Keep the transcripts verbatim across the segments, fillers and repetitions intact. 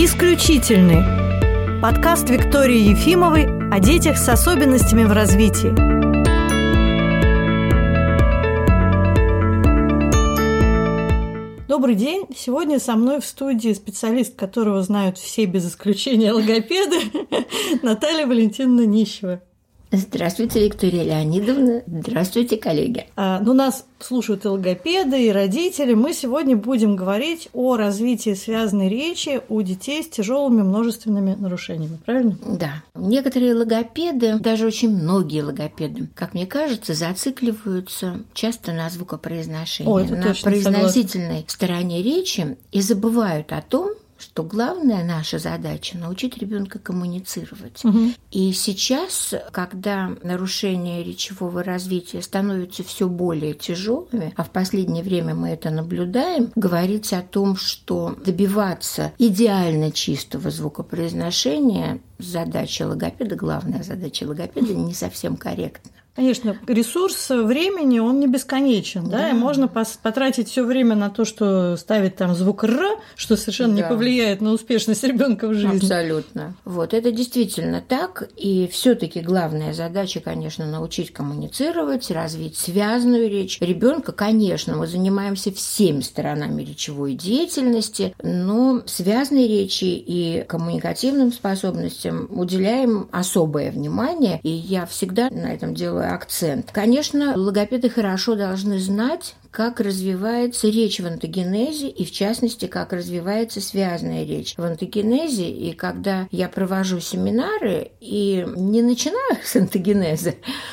«Исключительный» – подкаст Виктории Ефимовой о детях с особенностями в развитии. Добрый день! Сегодня со мной в студии специалист, которого знают все без исключения логопеды, Наталья Валентиновна Нищева. Здравствуйте, Виктория Леонидовна. Здравствуйте, коллеги. А, ну, нас слушают и логопеды, и родители. Мы сегодня будем говорить о развитии связанной речи у детей с тяжелыми множественными нарушениями, правильно? Да. Некоторые логопеды, даже очень многие логопеды, как мне кажется, зацикливаются часто на звукопроизношении, О, на произносительной согласна. стороне речи и забывают о том, что главная наша задача – научить ребенка коммуницировать. Угу. И сейчас, когда нарушения речевого развития становятся все более тяжелыми, а в последнее время мы это наблюдаем, говорить о том, что добиваться идеально чистого звукопроизношения – задача логопеда, главная задача логопеда, не совсем корректна. Конечно, ресурс времени, он не бесконечен, да, да? И можно потратить все время на то, что ставить там звук «р», что совершенно да. не повлияет на успешность ребенка в жизни. Абсолютно. Вот, это действительно так, и все-таки главная задача, конечно, научить коммуницировать, развить связанную речь. Ребенка, конечно, мы занимаемся всеми сторонами речевой деятельности, но связанной речи и коммуникативным способностям уделяем особое внимание, и я всегда на этом делаю акцент. Конечно, логопеды хорошо должны знать, как развивается речь в антогенезе и, в частности, как развивается связанная речь в антогенезе. И когда я провожу семинары и не начинаю с антогенеза,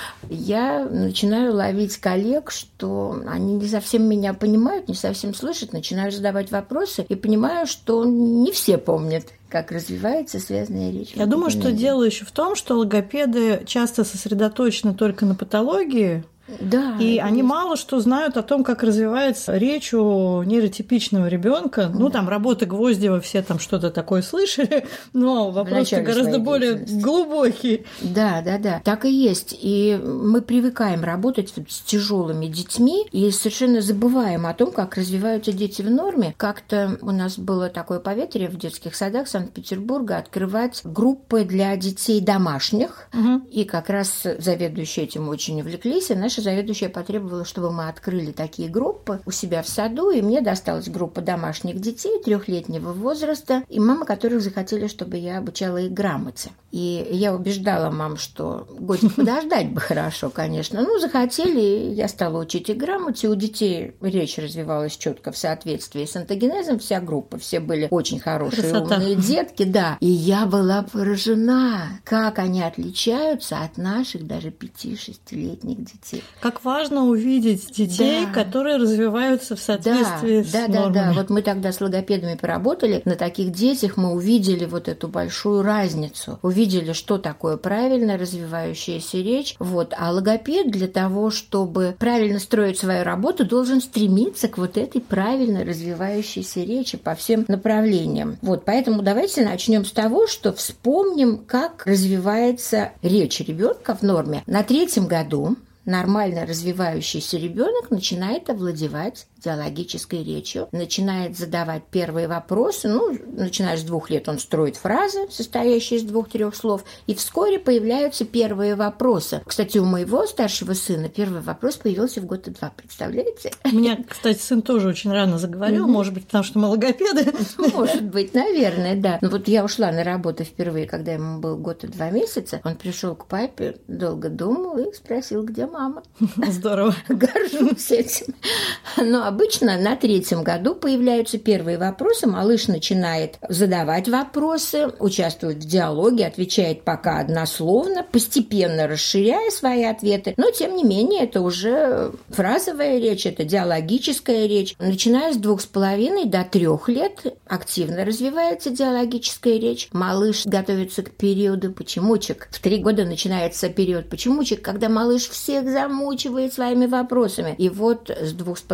я начинаю ловить коллег, что они не совсем меня понимают, не совсем слышат, начинаю задавать вопросы и понимаю, что не все помнят, как развивается связанная речь. Я думаю, что дело еще в том, что логопеды часто сосредоточены только на патологии, да, и они есть. мало что знают о том, как развивается речь у нейротипичного ребенка. Да. Ну, там работа Гвоздева, все там что-то такое слышали, но вопросы гораздо более глубокие. Да, да, да, так и есть. И мы привыкаем работать с тяжелыми детьми и совершенно забываем о том, как развиваются дети в норме. Как-то у нас было такое поветрие в детских садах Санкт-Петербурга открывать группы для детей домашних. Угу. И как раз заведующие этим очень увлеклись, и наша заведующая потребовала, чтобы мы открыли такие группы у себя в саду, и мне досталась группа домашних детей трехлетнего возраста, и мамы, которых захотели, чтобы я обучала их грамоте. И я убеждала мам, что годик подождать бы хорошо, конечно. Ну, захотели, я стала учить их грамоте. У детей речь развивалась четко в соответствии с антогенезом, вся группа, все были очень хорошие, Красота. умные детки, да. И я была поражена, как они отличаются от наших даже пяти-шестилетних детей. Как важно увидеть детей, да. которые развиваются в соответствии да, с да, нормами. Да, да, вот мы тогда с логопедами поработали, на таких детях мы увидели вот эту большую разницу, увидели, что такое правильно развивающаяся речь. Вот. А логопед для того, чтобы правильно строить свою работу, должен стремиться к вот этой правильно развивающейся речи по всем направлениям. Вот. Поэтому давайте начнем с того, что вспомним, как развивается речь ребенка в норме. На третьем году нормально развивающийся ребенок начинает овладевать диалогической речью, начинает задавать первые вопросы. Ну, начиная с двух лет он строит фразы, состоящие из двух-трех слов, и вскоре появляются первые вопросы. Кстати, у моего старшего сына первый вопрос появился в год и два, представляете? У меня, кстати, сын тоже очень рано заговорил, mm-hmm. может быть, потому что мы логопеды. Может быть, наверное, да. Но вот я ушла на работу впервые, когда ему был год и два месяца. Он пришел к папе, долго думал и спросил, где мама. Здорово. Горжусь этим. Но обычно на третьем году появляются первые вопросы, малыш начинает задавать вопросы, участвует в диалоге, отвечает пока однословно, постепенно расширяя свои ответы, но тем не менее это уже фразовая речь, это диалогическая речь. Начиная с двух с половиной до трех лет активно развивается диалогическая речь. Малыш готовится к периоду почемучек. В три года начинается период почемучек, когда малыш всех замучивает своими вопросами. И вот с двух с половиной до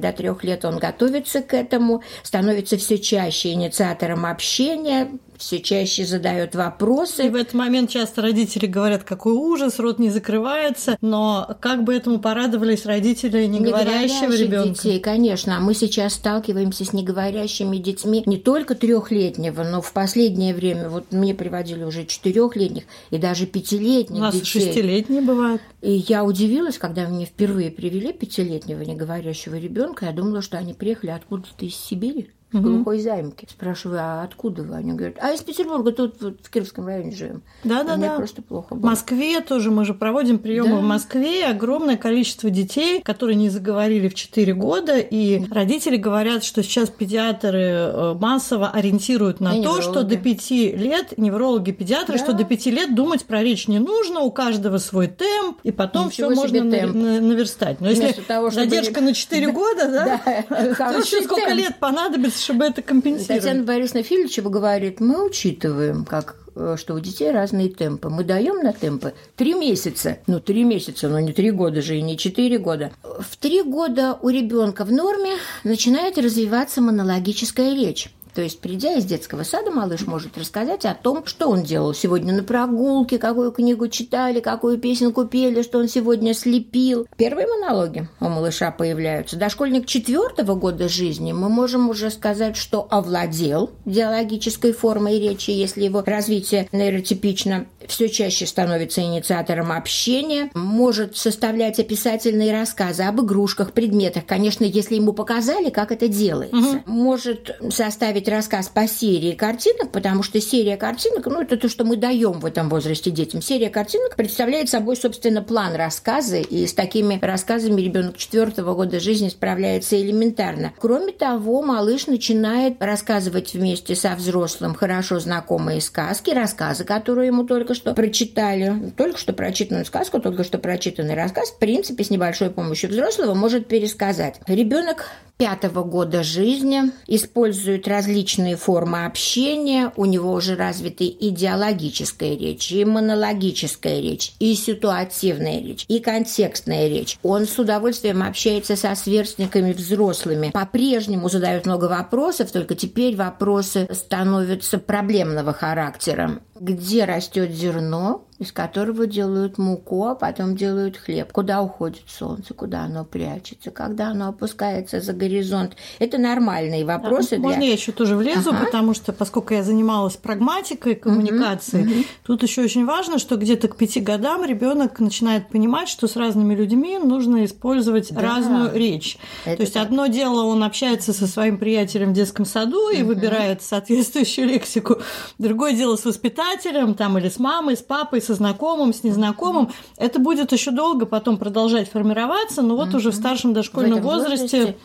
до трех лет он готовится к этому, становится все чаще инициатором общения, все чаще задает вопросы. И в этот момент часто родители говорят, какой ужас, рот не закрывается, но как бы этому порадовались родители неговорящего ребенка. Детей, конечно. А мы сейчас сталкиваемся с неговорящими детьми не только трехлетнего, но в последнее время, вот мне приводили уже четырехлетних и даже пятилетних детей. У нас детей. Шестилетние бывают. И я удивилась, когда мне впервые привели пятилетнего неговорящего ребенка, я думала, что они приехали откуда-то из Сибири. В глухой замке. Спрашиваю, а откуда вы? Они говорят, а из Петербурга, тут вот, в Кировском районе живем. Да-да-да. Мне просто плохо было. В Москве тоже мы же проводим приемы. Да. В Москве огромное количество детей, которые не заговорили в четыре года, и родители говорят, что сейчас педиатры массово ориентируют на и то, неврологи. Что до пяти лет, неврологи, педиатры, да. что до пяти лет думать про речь не нужно, у каждого свой темп, и потом все можно на- наверстать. Но если того, задержка на четыре года, да, то еще сколько лет понадобится, чтобы это компенсировать. Татьяна Борисовна Филичева говорит, мы учитываем, как, что у детей разные темпы. Мы даем на темпы три месяца. Ну, три месяца, но не три года же и не четыре года. В три года у ребенка в норме начинает развиваться монологическая речь. То есть, придя из детского сада, малыш может рассказать о том, что он делал сегодня на прогулке, какую книгу читали, какую песенку пели, что он сегодня слепил. Первые монологи у малыша появляются. Дошкольник четвертого года жизни мы можем уже сказать, что овладел диалогической формой речи, если его развитие нейротипично, все чаще становится инициатором общения, может составлять описательные рассказы об игрушках, предметах, конечно, если ему показали, как это делается. Угу. Может составить рассказ по серии картинок, потому что серия картинок, ну, это то, что мы даем в этом возрасте детям. Серия картинок представляет собой, собственно, план рассказа, и с такими рассказами ребенок четвертого года жизни справляется элементарно. Кроме того, малыш начинает рассказывать вместе со взрослым хорошо знакомые сказки, рассказы, которые ему только что прочитали. Только что прочитанную сказку, только что прочитанный рассказ, в принципе, с небольшой помощью взрослого может пересказать. Ребенок пятого года жизни использует различные формы общения, у него уже развиты и диалогическая речь, и монологическая речь, и ситуативная речь, и контекстная речь. Он с удовольствием общается со сверстниками взрослыми, по-прежнему задает много вопросов, только теперь вопросы становятся проблемного характера. Где растет зерно, из которого делают муку, а потом делают хлеб? Куда уходит солнце, куда оно прячется, когда оно опускается за горизонт? Это нормальные вопросы. Можно для... я еще тоже влезу, ага. потому что, поскольку я занималась прагматикой, коммуникацией, угу. тут еще очень важно, что где-то к пяти годам ребенок начинает понимать, что с разными людьми нужно использовать да. разную речь. Это То есть так. Одно дело, он общается со своим приятелем в детском саду и угу. выбирает соответствующую лексику. Другое дело с воспитанием, там, или с мамой, с папой, со знакомым, с незнакомым. Это будет еще долго потом продолжать формироваться, но вот mm-hmm. уже в старшем дошкольном в возрасте... возрасте...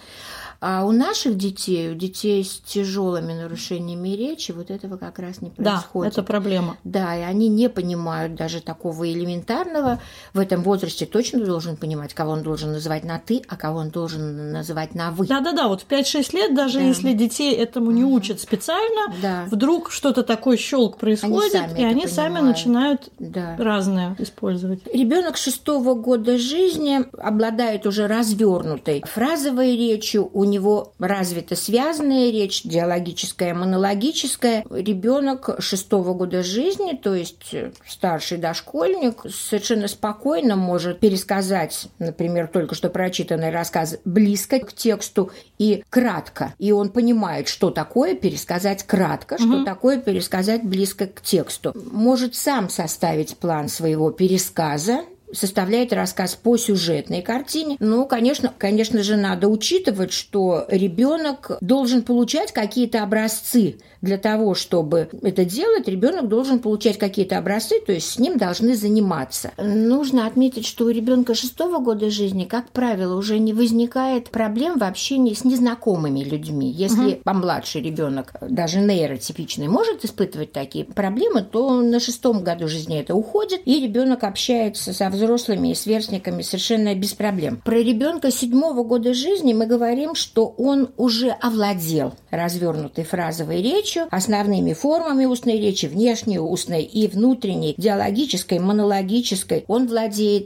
А у наших детей, у детей с тяжелыми нарушениями речи, вот этого как раз не происходит. Да, это проблема. Да, и они не понимают даже такого элементарного. В этом возрасте точно должен понимать, кого он должен называть на «ты», а кого он должен называть на «вы». Да-да-да, вот в пять-шесть лет, даже да. если детей этому не учат специально, да. вдруг что-то такой щелк происходит, они и они понимают. Сами начинают да. разное использовать. Ребенок шестого года жизни обладает уже развернутой фразовой речью, у У него развита связанная речь, диалогическая, монологическая. Ребенок шестого года жизни, то есть старший дошкольник, совершенно спокойно может пересказать, например, только что прочитанный рассказ близко к тексту и кратко. И он понимает, что такое пересказать кратко, угу. что такое пересказать близко к тексту. Может сам составить план своего пересказа, составляет рассказ по сюжетной картине. Ну, конечно, конечно же, надо учитывать, что ребенок должен получать какие-то образцы. Для того, чтобы это делать, ребенок должен получать какие-то образцы, то есть с ним должны заниматься. Нужно отметить, что у ребенка шестого года жизни, как правило, уже не возникает проблем в общении с незнакомыми людьми. Если угу. помладший ребенок, даже нейротипичный, может испытывать такие проблемы, то на шестом году жизни это уходит, и ребенок общается со взрослыми и сверстниками совершенно без проблем. Про ребенка седьмого года жизни мы говорим, что он уже овладел развернутой фразовой речью, основными формами устной речи, внешней устной и внутренней, диалогической, монологической. Он владеет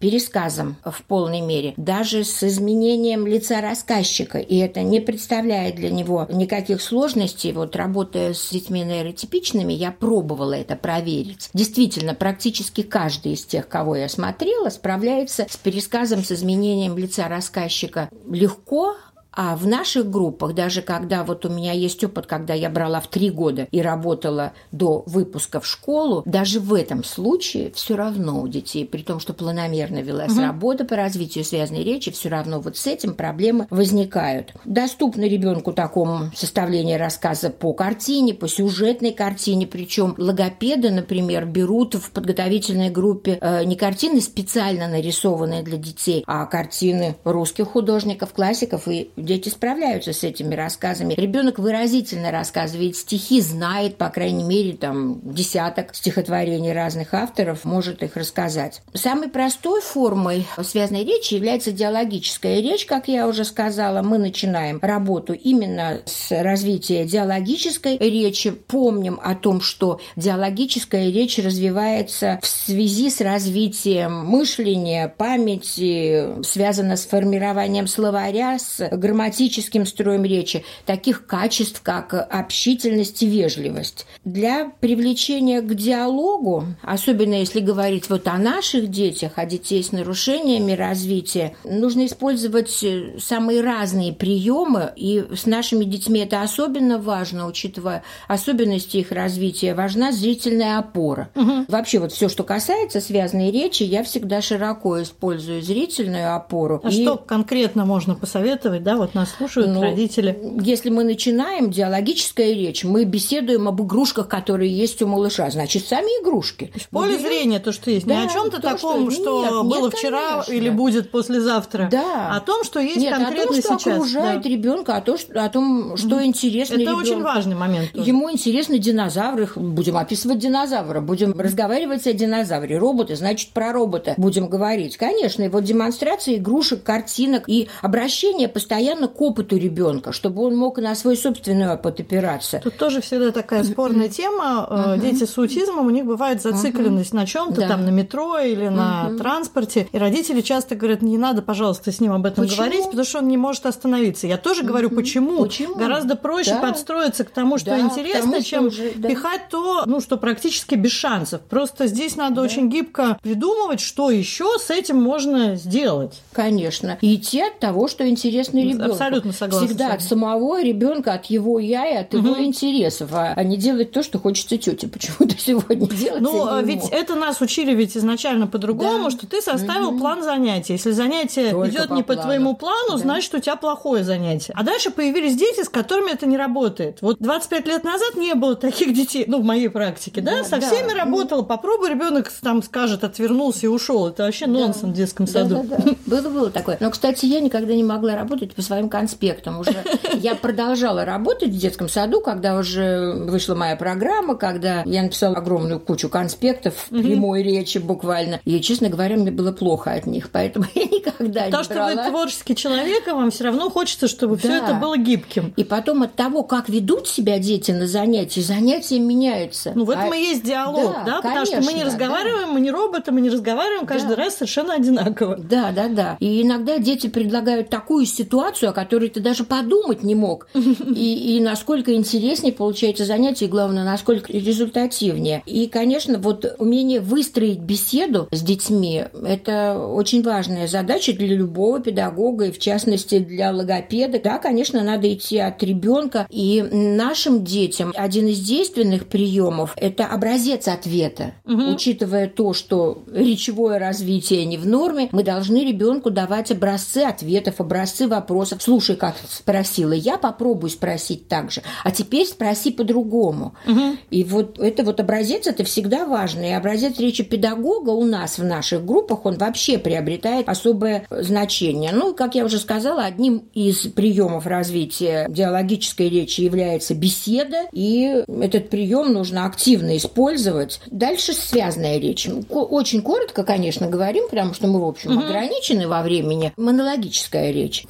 пересказом в полной мере, даже с изменением лица рассказчика, и это не представляет для него никаких сложностей. Вот работая с детьми нейротипичными, я пробовала это проверить. Действительно, практически каждый из тех, кого я смотрела, справляется с пересказом с изменением лица рассказчика легко. А в наших группах, даже когда вот у меня есть опыт, когда я брала в три года и работала до выпуска в школу, даже в этом случае все равно у детей, при том, что планомерно велась угу. работа по развитию связанной речи, все равно вот с этим проблемы возникают. Доступно ребенку такому составление рассказа по картине, по сюжетной картине, причем логопеды, например, берут в подготовительной группе э, не картины специально нарисованные для детей, а картины русских художников, классиков, и дети справляются с этими рассказами. Ребенок выразительно рассказывает стихи, знает, по крайней мере, там, десяток стихотворений разных авторов, может их рассказать. Самой простой формой связанной речи является диалогическая речь, как я уже сказала. Мы начинаем работу именно с развития диалогической речи. Помним о том, что диалогическая речь развивается в связи с развитием мышления, памяти, связана с формированием словаря, с грамматическим грамматическим строем речи, таких качеств, как общительность и вежливость. Для привлечения к диалогу, особенно если говорить вот о наших детях, о детей с нарушениями развития, нужно использовать самые разные приемы, и с нашими детьми это особенно важно, учитывая особенности их развития, важна зрительная опора. Угу. Вообще вот все, что касается связанной речи, я всегда широко использую зрительную опору. А и... что конкретно можно посоветовать, да, вот нас слушают ну, родители? Если мы начинаем диалогическая речь, мы беседуем об игрушках, которые есть у малыша, значит, сами игрушки. В поле берем... зрения то, что есть. Да, не о чем-то то, таком, что, что нет, было нет, вчера конечно. Или будет послезавтра. Да. О том, что есть нет, конкретно сейчас. О том, что окружает да. ребенка, о том, что, о том, что mm-hmm. интересно ребенку. Это очень важный момент. Тоже. Ему интересны динозавры. Будем описывать динозавра, будем разговаривать о динозавре. Роботы, значит, про робота будем говорить. Конечно, и вот демонстрация игрушек, картинок и обращение постоянно к опыту ребенка, чтобы он мог на свой собственный опыт опираться. Тут тоже всегда такая спорная тема. Uh-huh. Дети с аутизмом, у них бывает зацикленность uh-huh. на чем-то, да. там на метро или на uh-huh. транспорте. И родители часто говорят, не надо, пожалуйста, с ним об этом почему? Говорить, потому что он не может остановиться. Я тоже uh-huh. говорю, почему? почему? Гораздо проще да. подстроиться к тому, что да, интересно, тому, чем что уже, да. пихать то, ну, что практически без шансов. Просто здесь надо да. очень гибко придумывать, что еще с этим можно сделать. Конечно. И идти от того, что интересно ребенку. Абсолютно согласна. Всегда от самого ребенка, от его я и от его угу. интересов, а, а не делать то, что хочется тете почему-то сегодня делать. Ну, ведь это нас учили ведь изначально по-другому, да. что ты составил угу. план занятий. Если занятие идет не по плану. Твоему плану, да. значит, у тебя плохое занятие. А дальше появились дети, с которыми это не работает. Вот двадцать пять лет назад не было таких детей, ну, в моей практике, да, да со да. всеми работала. Попробуй, ребенок там скажет, отвернулся и ушел. Это вообще да. нонсенс в детском саду. Да, да, да. Было, было такое. Но, кстати, я никогда не могла работать по своим конспектам. Уже я продолжала работать в детском саду, когда уже вышла моя программа, когда я написала огромную кучу конспектов в прямой речи буквально. И, честно говоря, мне было плохо от них, поэтому я никогда не брала. То, что вы творческий человек, вам все равно хочется, чтобы все это было гибким. И потом от того, как ведут себя дети на занятии, занятия меняются. Ну, в этом и есть диалог, да? Потому что мы не разговариваем, мы не роботы, мы не разговариваем каждый раз совершенно одинаково. Да, да, да. И иногда дети предлагают такую ситуацию, о которой ты даже подумать не мог. И, и насколько интереснее получается занятие, и главное, насколько результативнее. И, конечно, вот умение выстроить беседу с детьми – это очень важная задача для любого педагога, и в частности для логопеда. Да, конечно, надо идти от ребенка. И нашим детям один из действенных приемов – это образец ответа. Угу. Учитывая то, что речевое развитие не в норме, мы должны ребенку давать образцы ответов, образцы вопросов. Слушай, как спросила я, попробуй спросить так же. А теперь спроси по-другому. Угу. И вот это вот образец, это всегда важно. И образец речи педагога у нас в наших группах, он вообще приобретает особое значение. Ну, как я уже сказала, одним из приемов развития диалогической речи является беседа, и этот прием нужно активно использовать. Дальше связанная речь. Очень коротко, конечно, говорим, потому что мы, в общем, угу. ограничены во времени. Монологическая речь, как более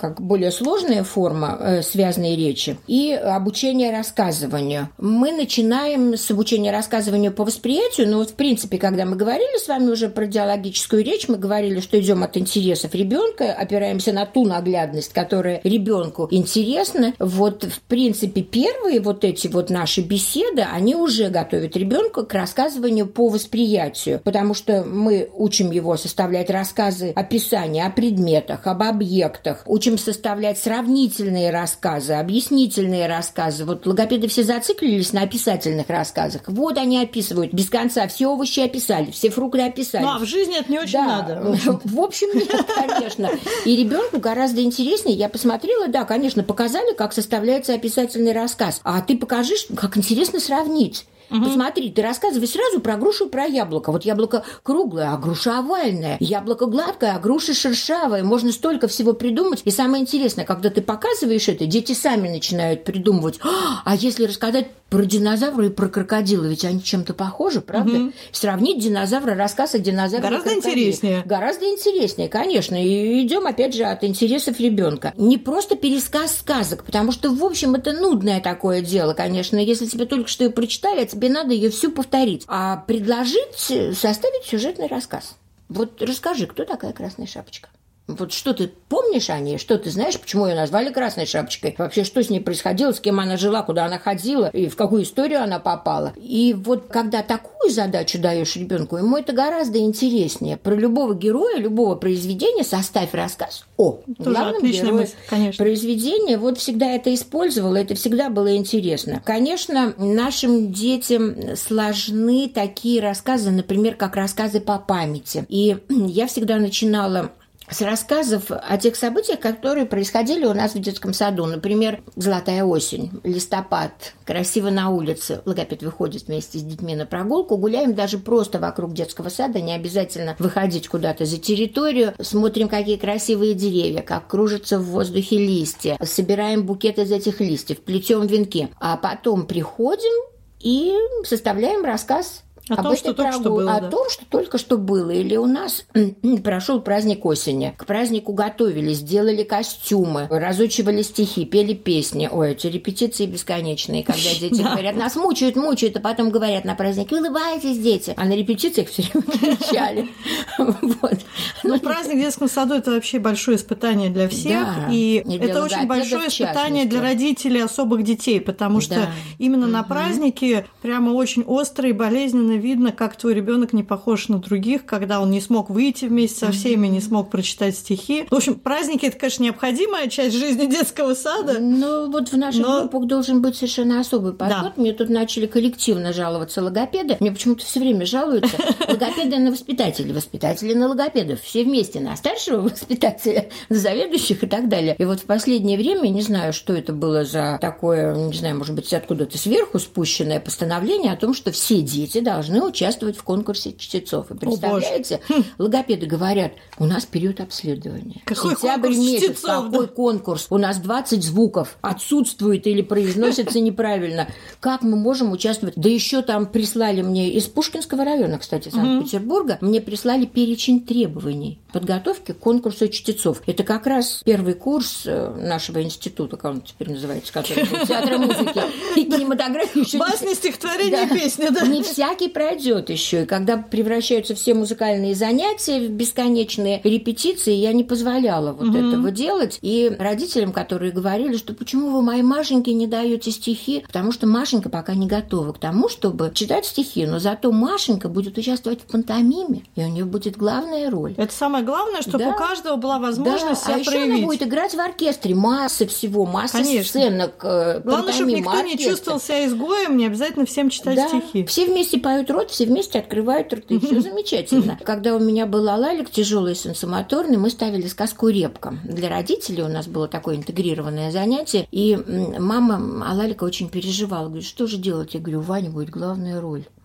более сложная форма э, связанной речи, и обучение рассказыванию. Мы начинаем с обучения рассказыванию по восприятию, но вот в принципе, когда мы говорили с вами уже про диалогическую речь, мы говорили, что идем от интересов ребенка, опираемся на ту наглядность, которая ребенку интересна. Вот в принципе первые вот эти вот наши беседы, они уже готовят ребенка к рассказыванию по восприятию, потому что мы учим его составлять рассказы, описания о предметах, об объектах, учим составлять сравнительные рассказы, объяснительные рассказы. Вот логопеды все зациклились на описательных рассказах. Вот они описывают без конца, все овощи описали, все фрукты описали. Ну, а в жизни это не очень да, надо. В общем, нет, конечно. И ребенку гораздо интереснее. Я посмотрела, да, конечно, показали, как составляется описательный рассказ. А ты покажи, как интересно сравнить. Угу. Посмотри, ты рассказывай сразу про грушу и про яблоко. Вот яблоко круглое, а груша овальная. Яблоко гладкое, а груша шершавая. Можно столько всего придумать. И самое интересное, когда ты показываешь это, дети сами начинают придумывать. А если рассказать про динозавра и про крокодила, ведь они чем-то похожи, правда? Угу. Сравнить динозавра, рассказ о динозавре. Гораздо интереснее. Гораздо интереснее, конечно. И идем, опять же, от интересов ребенка. Не просто пересказ сказок, потому что, в общем, это нудное такое дело, конечно. Если тебе только что ее прочитали, тебе надо ее всю повторить. А предложить составить сюжетный рассказ. Вот расскажи, кто такая Красная Шапочка? Вот что ты помнишь о ней, что ты знаешь, почему ее назвали Красной Шапочкой, вообще что с ней происходило, с кем она жила, куда она ходила и в какую историю она попала. И вот когда такую задачу даешь ребенку, ему это гораздо интереснее. Про любого героя, любого произведения составь рассказ о главном герое произведения. Вот всегда это использовала, это всегда было интересно. Конечно, нашим детям сложны такие рассказы, например, как рассказы по памяти. И я всегда начинала с рассказов о тех событиях, которые происходили у нас в детском саду. Например, «Золотая осень», «Листопад», «Красиво на улице». Логопед выходит вместе с детьми на прогулку. Гуляем даже просто вокруг детского сада, не обязательно выходить куда-то за территорию. Смотрим, какие красивые деревья, как кружатся в воздухе листья. Собираем букет из этих листьев, плетем венки. А потом приходим и составляем рассказ О том, что только что было, о да. том, что только что было. Или у нас прошел праздник осени. К празднику готовились, делали костюмы, разучивали стихи, пели песни. Ой, эти репетиции бесконечные, когда дети говорят, нас мучают, мучают, а потом говорят на празднике, улыбайтесь, дети. А на репетициях все время кричали. Ну, праздник в детском саду – это вообще большое испытание для всех. И это очень большое испытание для родителей особых детей, потому что именно на празднике прямо очень острые, болезненные видно, как твой ребенок не похож на других, когда он не смог выйти вместе со всеми, не смог прочитать стихи. В общем, праздники – это, конечно, необходимая часть жизни детского сада. Ну, вот в наших но... группах должен быть совершенно особый подход. Да. Мне тут начали коллективно жаловаться логопеды. Мне почему-то все время жалуются. Логопеды на воспитателей, воспитатели на логопедов. Все вместе на старшего воспитателя, на заведующих и так далее. И вот в последнее время, не знаю, что это было за такое, не знаю, может быть, откуда-то сверху спущенное постановление о том, что все дети должны участвовать в конкурсе чтецов. И представляете, О, логопеды говорят, у нас период обследования. Какой Сентябрь конкурс месяц, чтецов, какой да? конкурс? У нас двадцать звуков отсутствует или произносится неправильно. Как мы можем участвовать? Да еще там прислали мне из Пушкинского района, кстати, Санкт-Петербурга, мне прислали перечень требований подготовки к конкурсу чтецов. Это как раз первый курс нашего института, как он теперь называется, который театра музыки и кинематографии. Басни, стихотворения, песни, да. Не всякий пройдет еще. И когда превращаются все музыкальные занятия в бесконечные репетиции, я не позволяла вот mm-hmm. этого делать. И родителям, которые говорили, что почему вы моей Машеньке не даете стихи, потому что Машенька пока не готова к тому, чтобы читать стихи, но зато Машенька будет участвовать в пантомиме, и у нее будет главная роль. Это самое главное, чтобы да. у каждого была возможность да. себя а проявить. А еще она будет играть в оркестре. Масса всего, масса Конечно. сценок. Главное, чтобы никто оркестр. не чувствовал себя изгоем, не обязательно всем читать да. стихи. Все вместе поют рот, все вместе открывают рты. Все замечательно. Когда у меня был алалик тяжелый сенсомоторный, мы ставили сказку «Репка». Для родителей у нас было такое интегрированное занятие. И мама алалика очень переживала. Говорит, что же делать? Я говорю, у Вани будет главная роль.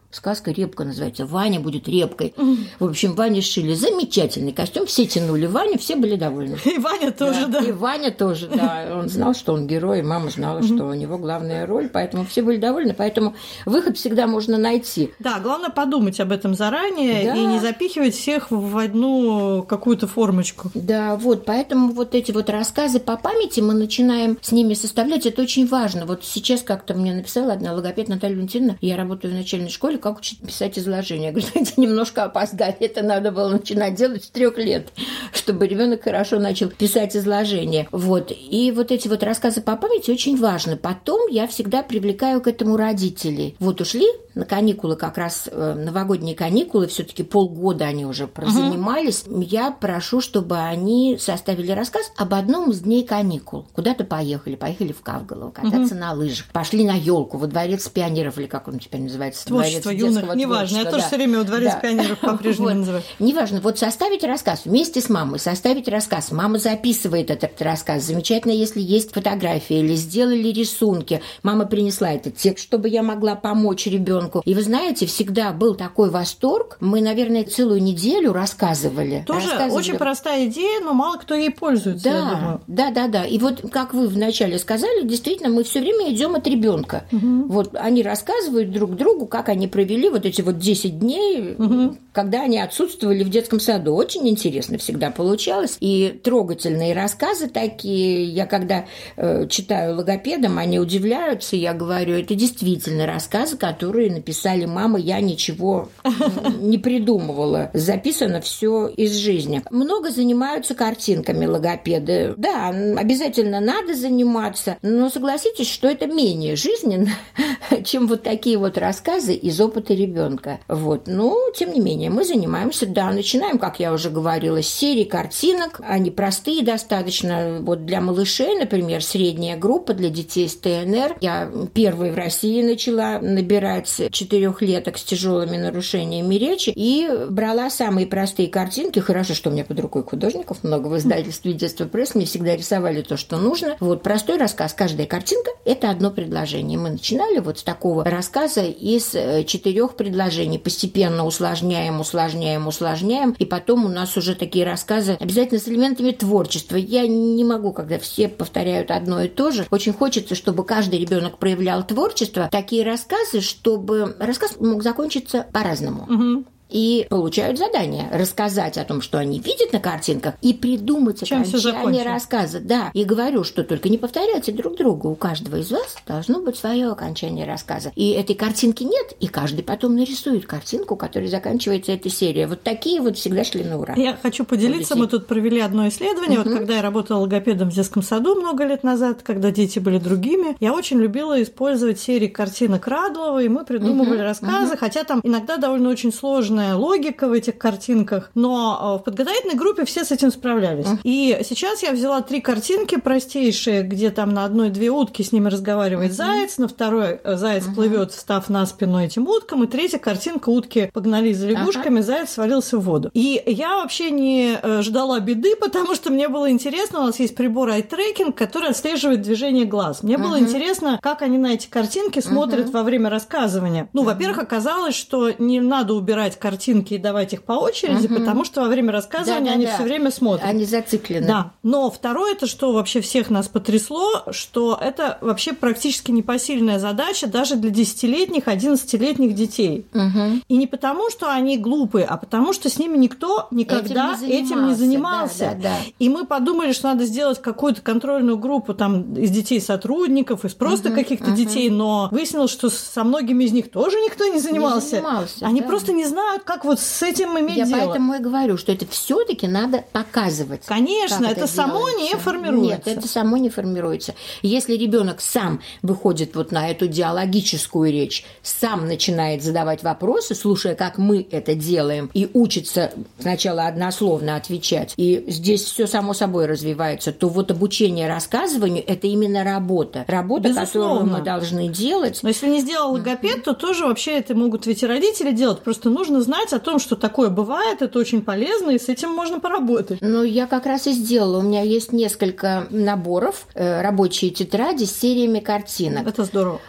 Сказка «Репка» называется. Ваня будет репкой. В общем, Ване сшили замечательный костюм. Все тянули Ваню, все были довольны. И Ваня тоже, да. да. И Ваня тоже, да. Он знал, что он герой, и мама знала, что у него главная роль, поэтому все были довольны. Поэтому выход всегда можно найти. Да, главное подумать об этом заранее да. и не запихивать всех в одну какую-то формочку. Да, вот. Поэтому вот эти вот рассказы по памяти мы начинаем с ними составлять. Это очень важно. Вот сейчас как-то мне написала одна логопед Наталья Валентиновна, я работаю в начальной школе, как учить писать изложение. Я говорю, знаете, немножко опоздали. Это надо было начинать делать с трех лет, чтобы ребенок хорошо начал писать изложение. Вот. И вот эти вот рассказы по памяти очень важны. Потом я всегда привлекаю к этому родителей. Вот ушли на каникулы, как раз э, новогодние каникулы, все-таки полгода они уже прозанимались. Uh-huh. Я прошу, чтобы они составили рассказ об одном из дней каникул. Куда-то поехали, поехали в Кавголово, кататься uh-huh. на лыжах, пошли на елку во дворец пионеров, или как он теперь называется? Творчество юных, неважно. Я тоже да. все время во дворец да. пионеров по-прежнему вот. называю. Неважно, вот составить рассказ вместе с мамой, составить рассказ. Мама записывает этот рассказ. Замечательно, если есть фотографии или сделали рисунки. Мама принесла этот текст, чтобы я могла помочь ребенку. И вы знаете, всегда был такой восторг. Мы, наверное, целую неделю рассказывали. Тоже рассказывали. Очень простая идея, но мало кто ей пользуется, да, я думаю. Да, да, да. И вот, как вы вначале сказали, действительно, мы все время идем от ребенка. Угу. Вот они рассказывают друг другу, как они провели вот эти вот десять дней, угу. когда они отсутствовали в детском саду. Очень интересно всегда получалось. И трогательные рассказы такие. Я когда э, читаю логопедам, они удивляются. Я говорю, это действительно рассказы, которые написали мама. Я ничего не придумывала. Записано все из жизни. Много занимаются картинками логопеды. Да, обязательно надо заниматься, но согласитесь, что это менее жизненно, чем вот такие вот рассказы из опыта ребенка. Вот. Но, тем не менее, мы занимаемся, да, начинаем, как я уже говорила, с серии картинок. Они простые достаточно. Вот для малышей, например, средняя группа для детей с ТНР. Я первой в России начала набирать четырехлеток с тяжелыми нарушениями речи и брала самые простые картинки. Хорошо, что у меня под рукой художников много в издательстве «Детство пресс». Мне всегда рисовали то, что нужно. Вот простой рассказ. Каждая картинка – это одно предложение. Мы начинали вот с такого рассказа из четырех предложений. Постепенно усложняем, усложняем, усложняем. И потом у нас уже такие рассказы обязательно с элементами творчества. Я не могу, когда все повторяют одно и то же. Очень хочется, чтобы каждый ребенок проявлял творчество. Такие рассказы, чтобы рассказ мог закончиться по-разному. Угу. И получают задание рассказать о том, что они видят на картинках, и придумать окончание рассказа. Да, и говорю, что только не повторяйте друг друга. У каждого из вас должно быть свое окончание рассказа. И этой картинки нет, и каждый потом нарисует картинку, которой заканчивается эта серия. Вот такие вот всегда шли на ура. Я хочу поделиться. Мы тут провели одно исследование. Uh-huh. Вот когда я работала логопедом в детском саду много лет назад, когда дети были другими, я очень любила использовать серии картинок Радлова, и мы придумывали uh-huh. рассказы, uh-huh. хотя там иногда довольно очень сложно логика в этих картинках, но в подготовительной группе все с этим справлялись. Uh. И сейчас я взяла три картинки простейшие, где там на одной-две утки с ними разговаривает uh-huh. заяц, на второй заяц uh-huh. плывет, став на спину этим уткам, и третья картинка, утки погнались за лягушками, uh-huh. заяц свалился в воду. И я вообще не ждала беды, потому что мне было интересно, у нас есть прибор ай-трекинг, который отслеживает движение глаз. Мне uh-huh. было интересно, как они на эти картинки смотрят uh-huh. во время рассказывания. Ну, uh-huh. во-первых, оказалось, что не надо убирать картинки картинки и давать их по очереди, угу. потому что во время рассказывания да, да, они да. все время смотрят. Они зациклены. Да. Но второе, это что вообще всех нас потрясло, что это вообще практически непосильная задача даже для десятилетних, одиннадцатилетних детей. Угу. И не потому, что они глупые, а потому, что с ними никто никогда этим не занимался. Этим не занимался. Да, да, да. И мы подумали, что надо сделать какую-то контрольную группу там из детей-сотрудников, из просто угу, каких-то угу. детей, но выяснилось, что со многими из них тоже никто не занимался. Не занимался они да. просто не знают, как вот с этим иметь Я дело. Я поэтому и говорю, что это все-таки надо показывать. Конечно, это, это само не формируется. Нет, это само не формируется. Если ребенок сам выходит вот на эту диалогическую речь, сам начинает задавать вопросы, слушая, как мы это делаем, и учится сначала однословно отвечать, и здесь все само собой развивается, то вот обучение рассказыванию – это именно работа. Работа, Безусловно. Которую мы должны делать. Но если не сделал логопед, то тоже вообще это могут ведь и родители делать. Просто нужно знать о том, что такое бывает, это очень полезно, и с этим можно поработать. Ну, я как раз и сделала. У меня есть несколько наборов, э, рабочие тетради с сериями картинок. Это здорово.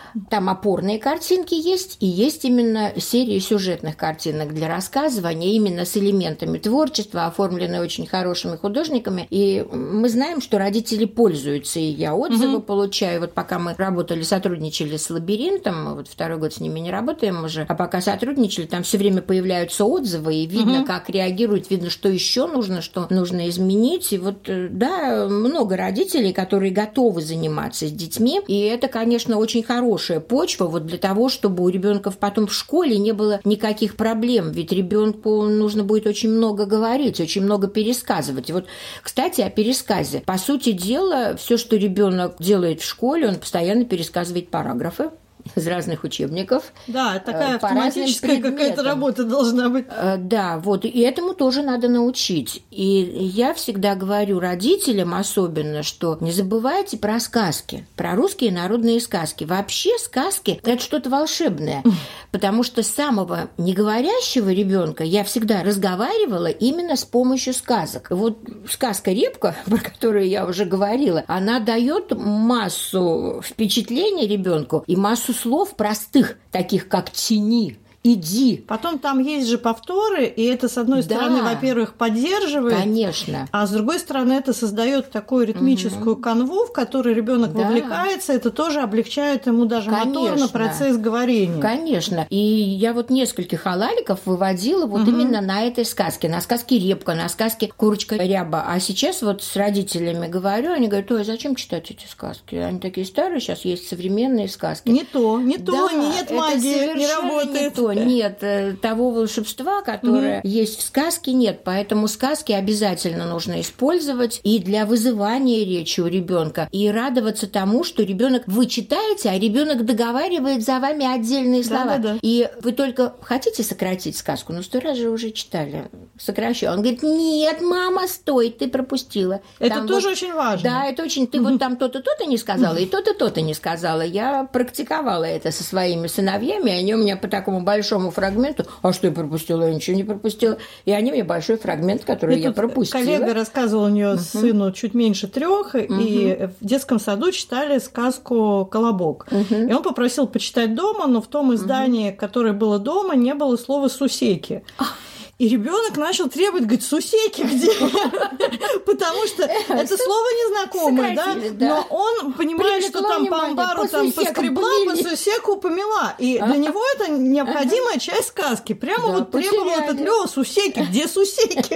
Там опорные картинки есть, и есть именно серии сюжетных картинок для рассказывания, именно с элементами творчества, оформленные очень хорошими художниками. И мы знаем, что родители пользуются, и я отзывы угу. получаю. Вот пока мы работали, сотрудничали с «Лабиринтом», вот второй год с ними не работаем уже, а пока сотрудничали, там все время появляются отзывы, и видно, угу. как реагируют, видно, что еще нужно, что нужно изменить. И вот, да, много родителей, которые готовы заниматься с детьми, и это, конечно, очень хорошая почва вот для того, чтобы у ребенка потом в школе не было никаких проблем, ведь ребенку нужно будет очень много говорить, очень много пересказывать. И вот, кстати, о пересказе. По сути дела, все, что ребенок делает в школе, он постоянно пересказывает параграфы из разных учебников. Да, такая автоматическая какая-то работа должна быть. Да, вот, и этому тоже надо научить. И я всегда говорю родителям особенно, что не забывайте про сказки, про русские народные сказки. Вообще сказки – это что-то волшебное, потому что самого неговорящего ребенка я всегда разговаривала именно с помощью сказок. Вот сказка «Репка», про которую я уже говорила, она дает массу впечатлений ребенку и массу слов простых, таких как «тяни», «иди». Потом там есть же повторы, и это, с одной да. стороны, во-первых, поддерживает. Конечно. А с другой стороны, это создает такую ритмическую угу. канву, в которой ребенок да. вовлекается. Это тоже облегчает ему даже Конечно. моторно процесс говорения. Конечно. И я вот нескольких алаликов выводила вот угу. именно на этой сказке. На сказке «Репка», на сказке «Курочка ряба». А сейчас вот с родителями говорю, они говорят: ой, зачем читать эти сказки? Они такие старые, сейчас есть современные сказки. Не то, не да, то, нет магии, не работает. Не то. Нет, того волшебства, которое угу. есть в сказке, нет. Поэтому сказки обязательно нужно использовать и для вызывания речи у ребенка, и радоваться тому, что ребенок вы читаете, а ребенок договаривает за вами отдельные слова. Да, да, да. И вы только хотите сократить сказку, ну сто раз же уже читали. Сокращаю. Он говорит: нет, мама, стой, ты пропустила. Это там тоже вот, очень важно. Да, это очень. Ты вот там то-то, то-то не сказала, и то-то, то-то не сказала. Я практиковала это со своими сыновьями, они у меня по такому большому большому фрагменту, а что я пропустила? Я ничего не пропустила. И они мне большой фрагмент, который и я пропустила. Коллега рассказывал у нее uh-huh. сыну чуть меньше трех, uh-huh. и в детском саду читали сказку «Колобок». Uh-huh. И он попросил почитать дома, но в том издании, uh-huh. которое было дома, не было слова «сусеки». И ребенок начал требовать, говорит: сусеки где? Потому что это слово незнакомое, да? Но он понимает, что там по амбару там поскребла, по сусеку помела. И для него это необходимая часть сказки. Прямо вот требовал этот Лёва: сусеки, где сусеки?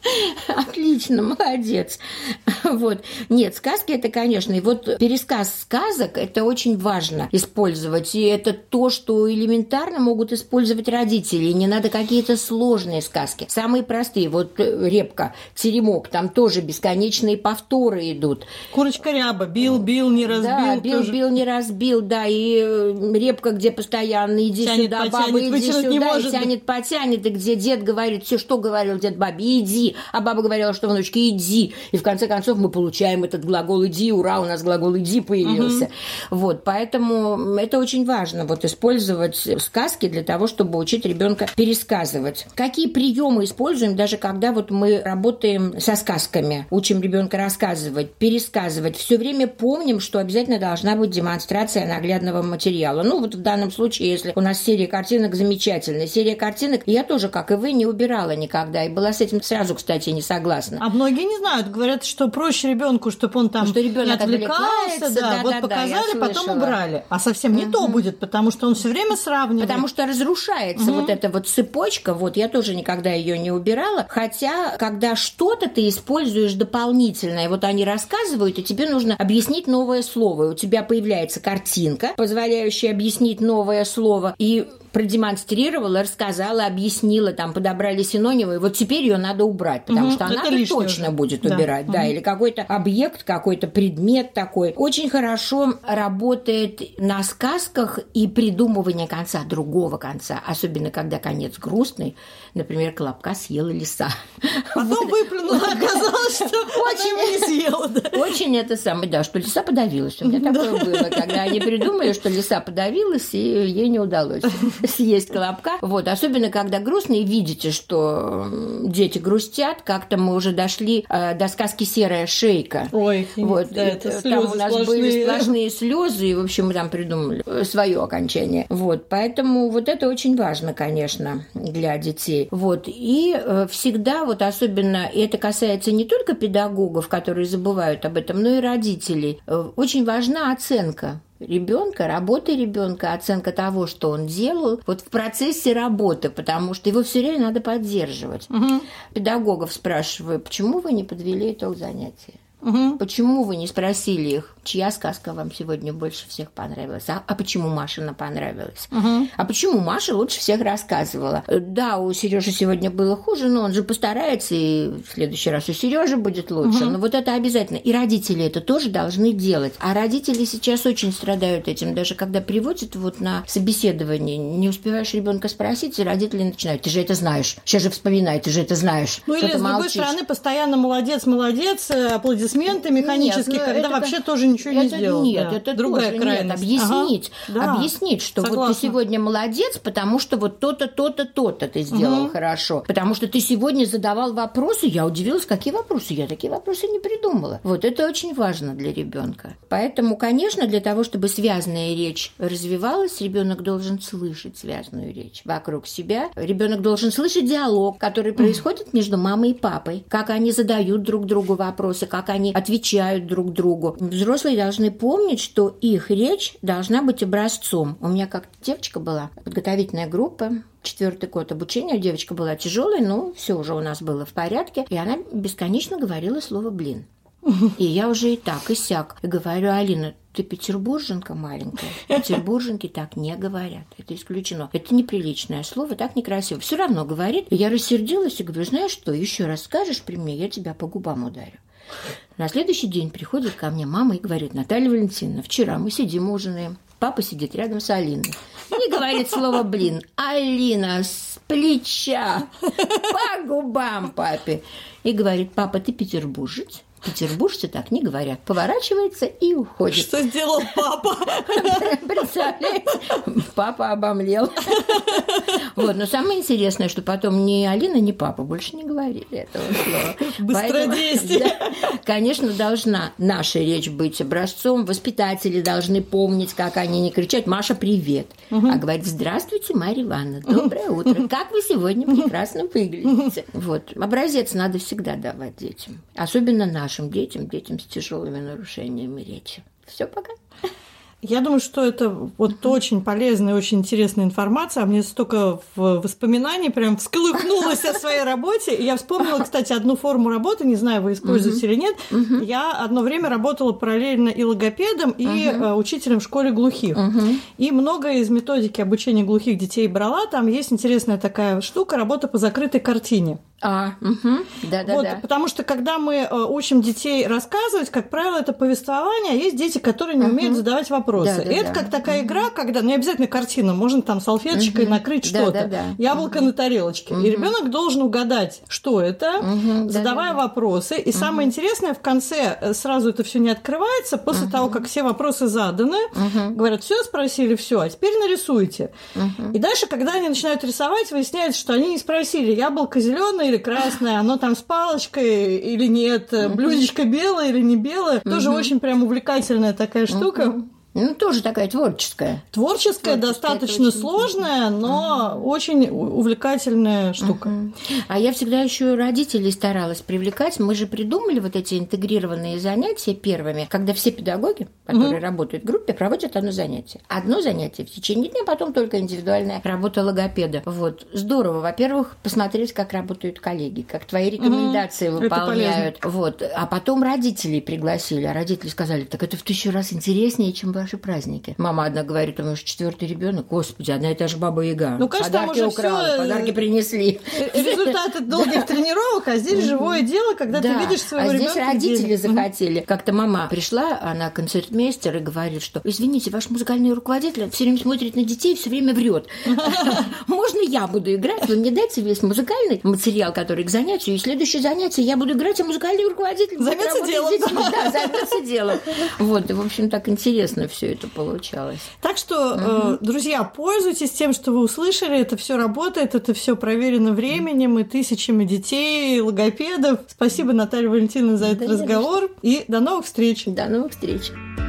Отлично, молодец. Вот. Нет, сказки это, конечно, и вот пересказ сказок это очень важно использовать. И это то, что элементарно могут использовать родители. И не надо какие-то сложные сказки. Самые простые. Вот «Репка», «Теремок», там тоже бесконечные повторы идут. «Курочка ряба», «бил, бил, не разбил». Да, «бил, тоже. бил, не разбил», да, и «Репка», где постоянно «иди тянет, сюда, потянет, баба, иди сюда», не может. И тянет, потянет, и где дед говорит, все, что говорил дед бабе: иди, а баба говорила, что внучке: иди. И в конце концов мы получаем этот глагол «иди», ура, у нас глагол «иди» появился. Угу. Вот, поэтому это очень важно, вот, использовать сказки для того, чтобы учить ребенка пересказывать. Какие приемы используем, даже когда вот мы работаем со сказками, учим ребенка рассказывать, пересказывать. Все время помним, что обязательно должна быть демонстрация наглядного материала. Ну, вот в данном случае, если у нас серия картинок замечательная, серия картинок, я тоже, как и вы, не убирала никогда, и была с этим сразу, кстати, не согласна. А многие не знают, говорят, что проще ребенку, чтобы он там что не отвлекался, да, да, вот да, показали, да, потом убрали. А совсем не угу. то будет, потому что он все время сравнивает. Потому что разрушается угу. вот эта вот цепочка, вот я тоже никогда ее не убирала, хотя, когда что-то ты используешь дополнительное, вот они рассказывают, и тебе нужно объяснить новое слово, и у тебя появляется картинка, позволяющая объяснить новое слово, и продемонстрировала, рассказала, объяснила, там подобрали синонимы, и вот теперь ее надо убрать, потому угу, что она точно уже будет да. убирать, да, угу. или какой-то объект, какой-то предмет такой. Очень хорошо работает на сказках и придумывание конца, другого конца, особенно когда конец грустный, например, «Колобка съела лиса». Потом вот. выплюнула, оказалось, что очень не съела. Да. Очень это самое, да, что лиса подавилась. У меня такое было, когда они придумали, что лиса подавилась, и ей не удалось. съесть колобка. Вот, особенно когда грустно и видите, что дети грустят, как-то мы уже дошли э, до сказки «Серая шейка». Ой, вот, да, это там слезы у нас сплошные. были сплошные слезы, и, в общем, мы там придумали свое окончание. Вот, поэтому вот это очень важно, конечно, для детей. Вот, и э, всегда, вот особенно, и это касается не только педагогов, которые забывают об этом, но и родителей, э, очень важна оценка ребенка, работы ребенка, оценка того, что он делал, вот в процессе работы, потому что его все время надо поддерживать. Угу. Педагогов спрашиваю, почему вы не подвели итог занятия? Угу. Почему вы не спросили их, чья сказка вам сегодня больше всех понравилась? А, а почему Машина понравилась? Угу. А почему Маша лучше всех рассказывала? Да, у Сережи сегодня было хуже, но он же постарается, и в следующий раз у Сережи будет лучше. Угу. Но вот это обязательно. И родители это тоже должны делать. А родители сейчас очень страдают этим. Даже когда приводят вот на собеседование, не успеваешь ребенка спросить, и родители начинают: ты же это знаешь, сейчас же вспоминай, ты же это знаешь. Ну или, с другой молчишь. Стороны, постоянно молодец, молодец, аплодисменты механические, нет, когда это, вообще тоже ничего это, не сделал. Нет, да. это другая тоже крайность. Нет, объяснить, ага. объяснить, что Согласна. Вот ты сегодня молодец, потому что вот то-то, то-то, то-то ты сделал угу. хорошо. Потому что ты сегодня задавал вопросы, я удивилась, какие вопросы, я такие вопросы не придумала. Вот это очень важно для ребенка. Поэтому, конечно, для того, чтобы связанная речь развивалась, ребенок должен слышать связанную речь вокруг себя. Ребенок должен слышать диалог, который происходит между мамой и папой, как они задают друг другу вопросы, как они отвечают друг другу. Взрослые должны помнить, что их речь должна быть образцом. У меня как девочка была, подготовительная группа, четвертый год обучения, девочка была тяжелой, но все уже у нас было в порядке, и она бесконечно говорила слово «блин». И я уже и так, и сяк. И говорю: Алина, ты петербурженка маленькая. Петербурженки так не говорят. Это исключено. Это неприличное слово, так некрасиво. Все равно говорит. И я рассердилась и говорю: знаешь что, еще раз скажешь при мне, я тебя по губам ударю. На следующий день приходит ко мне мама и говорит: Наталья Валентиновна, вчера мы сидим, ужинаем. Папа сидит рядом с Алиной. И говорит слово «блин». Алина с плеча по губам папе. И говорит: папа, ты петербуржец? Петербуржцы так не говорят. Поворачивается и уходит. Что сделал папа? Представляете? Папа обомлел. Вот. Но самое интересное, что потом ни Алина, ни папа больше не говорили этого слова. Быстродействие. Поэтому, да, конечно, должна наша речь быть образцом. Воспитатели должны помнить, как они не кричат: Маша, привет. Угу. А говорят: здравствуйте, Марья Ивановна, доброе утро. Как вы сегодня прекрасно выглядите. Вот. Образец надо всегда давать детям. Особенно нашим. Нашим детям, детям с тяжелыми нарушениями речи. Все, пока. Я думаю, что это вот uh-huh. очень полезная, очень интересная информация. А мне столько в воспоминаний прям всколыхнулось о своей работе. И я вспомнила, кстати, одну форму работы, не знаю, вы используете uh-huh. или нет. Uh-huh. Я одно время работала параллельно и логопедом, и uh-huh. учителем в школе глухих. Uh-huh. И многое из методики обучения глухих детей брала. Там есть интересная такая штука — работа по закрытой картине. А, угу. да, да, вот, да. Потому что когда мы учим детей рассказывать, как правило, это повествование, а есть дети, которые не uh-huh. умеют задавать вопросы. Да, да, это да. как такая uh-huh. игра, когда, ну, не обязательно картина, можно там салфеточкой uh-huh. накрыть да, что-то, да, да. яблоко uh-huh. на тарелочке. Uh-huh. И ребенок должен угадать, что это, uh-huh. задавая да, да, вопросы. И uh-huh. самое интересное, в конце сразу это все не открывается, после uh-huh. того, как все вопросы заданы, uh-huh. говорят: все, спросили, все, а теперь нарисуйте. Uh-huh. И дальше, когда они начинают рисовать, выясняется, что они не спросили: яблоко зеленое или красное, оно там с палочкой или нет, uh-huh. блюдечко белое или не белое. Uh-huh. Тоже очень прям увлекательная такая штука. Uh-huh. Ну, тоже такая творческая. Творческая, творческая достаточно сложная, но uh-huh. очень увлекательная штука. Uh-huh. А я всегда еще родителей старалась привлекать. Мы же придумали вот эти интегрированные занятия первыми, когда все педагоги, которые uh-huh. работают в группе, проводят одно занятие. Одно занятие в течение дня, потом только индивидуальная работа логопеда. Вот. Здорово. Во-первых, посмотреть, как работают коллеги, как твои рекомендации uh-huh. выполняют. Вот. А потом родителей пригласили. А родители сказали: так это в тысячу раз интереснее, чем ваши праздники. Мама одна говорит: у меня уже четвертый ребенок, господи, одна и та же баба Яга. Ну, конечно, подарки украла, всё... подарки принесли. Результаты долгих тренировок, а здесь живое дело, когда ты видишь своего ребенка. А здесь родители захотели. Как-то мама пришла, она концертмейстер, и говорит, что: извините, ваш музыкальный руководитель все время смотрит на детей и все время врет. Можно я буду играть? Вы мне дайте весь музыкальный материал, который к занятию, и следующее занятие я буду играть, а музыкальный руководитель займется делом. Да, займется делом. Вот, и, в общем, так интересно все это получалось. Так что, угу. друзья, пользуйтесь тем, что вы услышали. Это все работает, это все проверено временем и тысячами детей, логопедов. Спасибо, Наталья Валентиновна, за этот да разговор. И до новых встреч. До новых встреч.